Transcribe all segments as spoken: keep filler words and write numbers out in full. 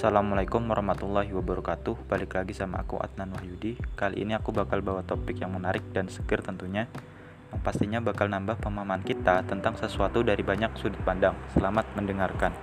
Assalamualaikum warahmatullahi wabarakatuh. Balik lagi sama aku Adnan Wahyudi. Kali ini aku bakal bawa topik yang menarik dan seger tentunya, yang pastinya bakal nambah pemahaman kita tentang sesuatu dari banyak sudut pandang. Selamat mendengarkan.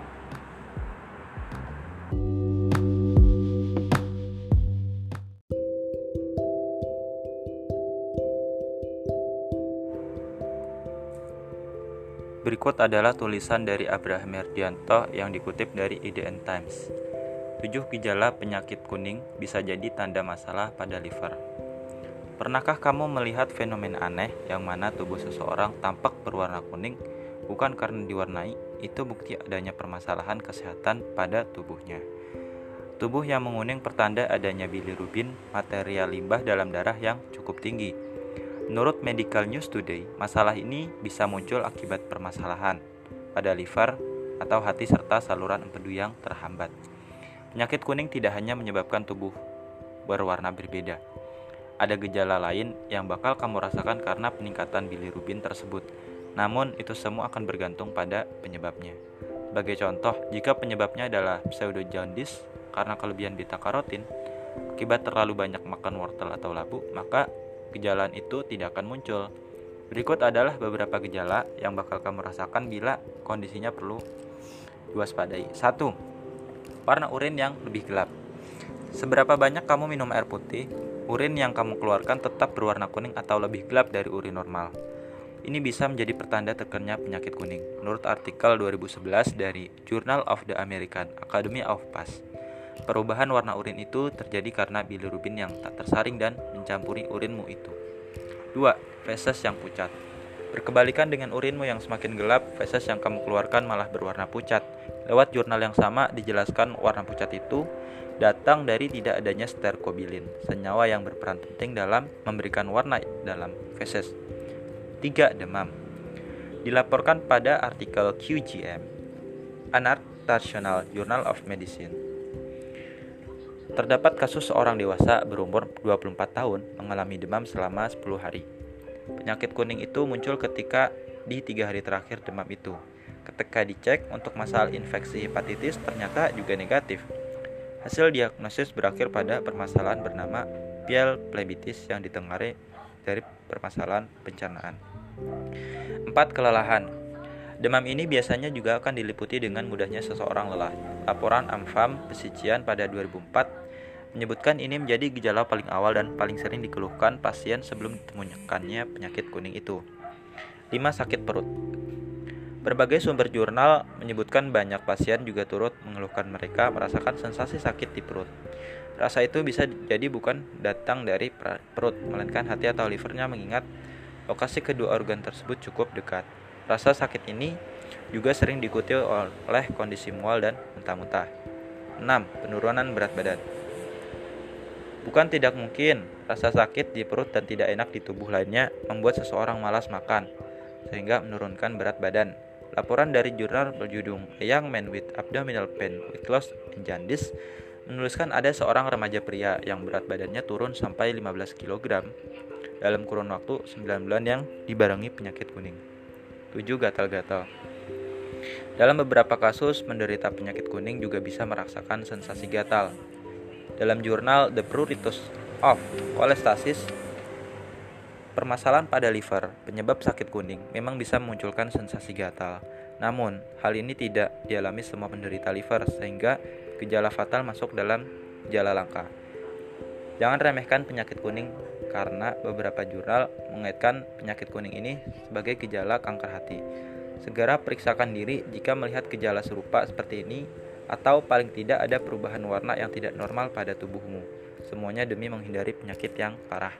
Berikut adalah tulisan dari Abraham Herdianto yang dikutip dari I D N Times. Tujuh gejala penyakit kuning bisa jadi tanda masalah pada liver. Pernahkah kamu melihat fenomena aneh yang mana tubuh seseorang tampak berwarna kuning bukan karena diwarnai? Itu bukti adanya permasalahan kesehatan pada tubuhnya. Tubuh yang menguning pertanda adanya bilirubin, material limbah dalam darah yang cukup tinggi. Menurut Medical News Today, masalah ini bisa muncul akibat permasalahan pada liver atau hati serta saluran empedu yang terhambat. Penyakit kuning tidak hanya menyebabkan tubuh berwarna berbeda. Ada gejala lain yang bakal kamu rasakan karena peningkatan bilirubin tersebut. Namun, itu semua akan bergantung pada penyebabnya. Sebagai contoh, jika penyebabnya adalah pseudojaundice karena kelebihan beta karotin, akibat terlalu banyak makan wortel atau labu, maka gejala itu tidak akan muncul. Berikut adalah beberapa gejala yang bakal kamu rasakan bila kondisinya perlu diwaspadai. satu. Warna urin yang lebih gelap. Seberapa banyak kamu minum air putih, urin yang kamu keluarkan tetap berwarna kuning atau lebih gelap dari urin normal. Ini bisa menjadi pertanda terkena penyakit kuning. Menurut artikel dua ribu sebelas dari Journal of the American Academy of Past, perubahan warna urin itu terjadi karena bilirubin yang tak tersaring dan mencampuri urinmu itu. dua. Feses yang pucat. Berkebalikan dengan urinmu yang semakin gelap, feses yang kamu keluarkan malah berwarna pucat. Lewat jurnal yang sama dijelaskan warna pucat itu datang dari tidak adanya sterkobilin, senyawa yang berperan penting dalam memberikan warna dalam feses. tiga. Demam. Dilaporkan pada artikel Q J M, International Journal of Medicine. Terdapat kasus seorang dewasa berumur dua puluh empat tahun mengalami demam selama sepuluh hari. Penyakit kuning itu muncul ketika di tiga hari terakhir demam itu. Ketika dicek untuk masalah infeksi hepatitis ternyata juga negatif. Hasil diagnosis berakhir pada permasalahan bernama piel phlebitis yang ditengarai dari permasalahan pencernaan. empat. Kelelahan. Demam ini biasanya juga akan diliputi dengan mudahnya seseorang lelah. Laporan Amfam Physician pada dua ribu empat menyebutkan ini menjadi gejala paling awal dan paling sering dikeluhkan pasien sebelum ditemukannya penyakit kuning itu. lima. Sakit perut. Berbagai sumber jurnal menyebutkan banyak pasien juga turut mengeluhkan mereka merasakan sensasi sakit di perut. Rasa itu bisa jadi bukan datang dari perut, melainkan hati atau livernya mengingat lokasi kedua organ tersebut cukup dekat. Rasa sakit ini juga sering diikuti oleh kondisi mual dan muntah-muntah. enam. Penurunan berat badan. Bukan tidak mungkin rasa sakit di perut dan tidak enak di tubuh lainnya membuat seseorang malas makan, sehingga menurunkan berat badan. Laporan dari jurnal berjudul A Young Man with Abdominal Pain, Weight Loss and Jaundice menuliskan ada seorang remaja pria yang berat badannya turun sampai lima belas kilogram dalam kurun waktu sembilan bulan yang dibarengi penyakit kuning. tujuh. Gatal-gatal. Dalam beberapa kasus, menderita penyakit kuning juga bisa merasakan sensasi gatal. Dalam jurnal The Pruritus of Cholestasis, permasalahan pada liver, penyebab sakit kuning, memang bisa memunculkan sensasi gatal. Namun, hal ini tidak dialami semua penderita liver, sehingga gejala fatal masuk dalam gejala langka. Jangan remehkan penyakit kuning, karena beberapa jurnal mengaitkan penyakit kuning ini sebagai gejala kanker hati. Segera periksakan diri jika melihat gejala serupa seperti ini, atau paling tidak ada perubahan warna yang tidak normal pada tubuhmu. Semuanya demi menghindari penyakit yang parah.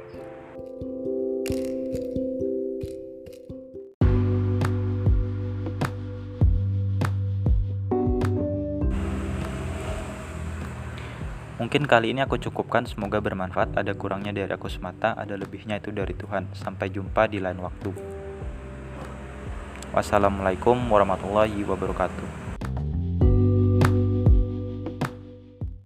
Mungkin kali ini aku cukupkan, semoga bermanfaat. Ada kurangnya dari aku semata, ada lebihnya itu dari Tuhan. Sampai jumpa di lain waktu. Wassalamualaikum warahmatullahi wabarakatuh.